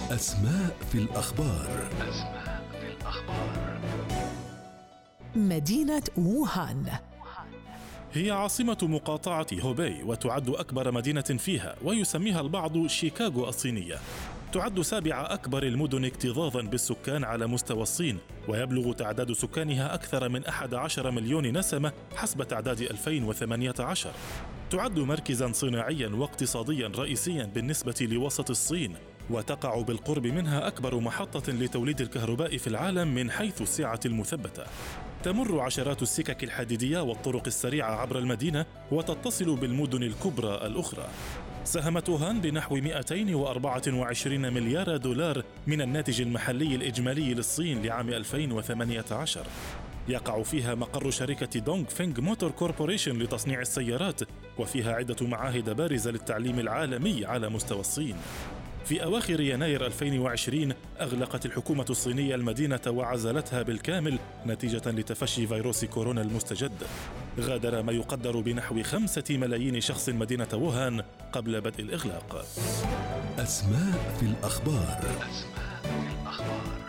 أسماء في الأخبار. مدينة ووهان هي عاصمة مقاطعة هوبي، وتعد أكبر مدينة فيها، ويسميها البعض شيكاغو الصينية. تعد 7 أكبر المدن اكتظاظاً بالسكان على مستوى الصين، ويبلغ تعداد سكانها أكثر من 11 مليون نسمة حسب تعداد 2018. تعد مركزاً صناعياً واقتصادياً رئيسياً بالنسبة لوسط الصين، وتقع بالقرب منها أكبر محطة لتوليد الكهرباء في العالم من حيث السعة المثبتة. تمر عشرات السكك الحديدية والطرق السريعة عبر المدينة، وتتصل بالمدن الكبرى الأخرى. ساهمت ووهان بنحو 224 مليار دولار من الناتج المحلي الإجمالي للصين لعام 2018. يقع فيها مقر شركة دونغ فينغ موتور كوربوريشن لتصنيع السيارات، وفيها عدة معاهد بارزة للتعليم العالمي على مستوى الصين. في أواخر يناير 2020 أغلقت الحكومة الصينية المدينة وعزلتها بالكامل نتيجة لتفشي فيروس كورونا المستجد. غادر ما يقدر بنحو 5 ملايين شخص مدينة ووهان قبل بدء الإغلاق. أسماء في الأخبار.